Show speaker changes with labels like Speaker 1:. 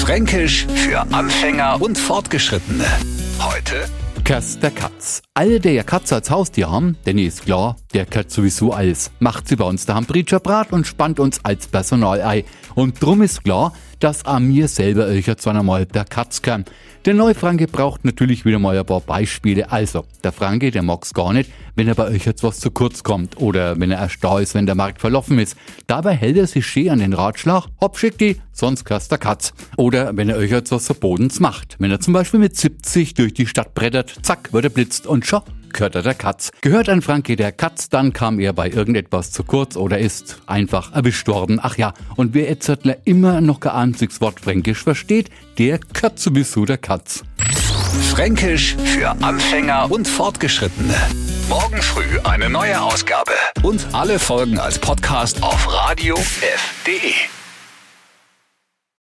Speaker 1: Fränkisch für Anfänger und Fortgeschrittene. Heute
Speaker 2: Kerst der Katz. Alle, die ja Katz als Haustier haben, denn ist klar, der gehört sowieso alles. Macht sie bei uns daheim Britscher-Brat und spannt uns als Personal ein. Und drum ist klar, dass auch mir selber euch zwar einmal der Katz kann. Der Neufranke braucht natürlich wieder mal ein paar Beispiele. Also, der Franke, der mag's gar nicht, wenn er bei euch jetzt was zu kurz kommt oder wenn er erst da ist, wenn der Markt verlaufen ist. Dabei hält er sich schön an den Ratschlag, hopp schicki, sonst kerst der Katz. Oder wenn er euch jetzt was Verbotens macht. Wenn er zum Beispiel mit 70 durch die Stadt brettert, zack, wird er blitzt und schon gehört er der Katz. Gehört ein Franke der Katz, dann kam er bei irgendetwas zu kurz oder ist einfach erwischt worden. Ach ja, und wer Etzertler immer noch kein einziges Wort Fränkisch versteht, der gehört sowieso der Katz.
Speaker 1: Fränkisch für Anfänger und Fortgeschrittene. Morgen früh eine neue Ausgabe. Und alle Folgen als Podcast auf radiof.de.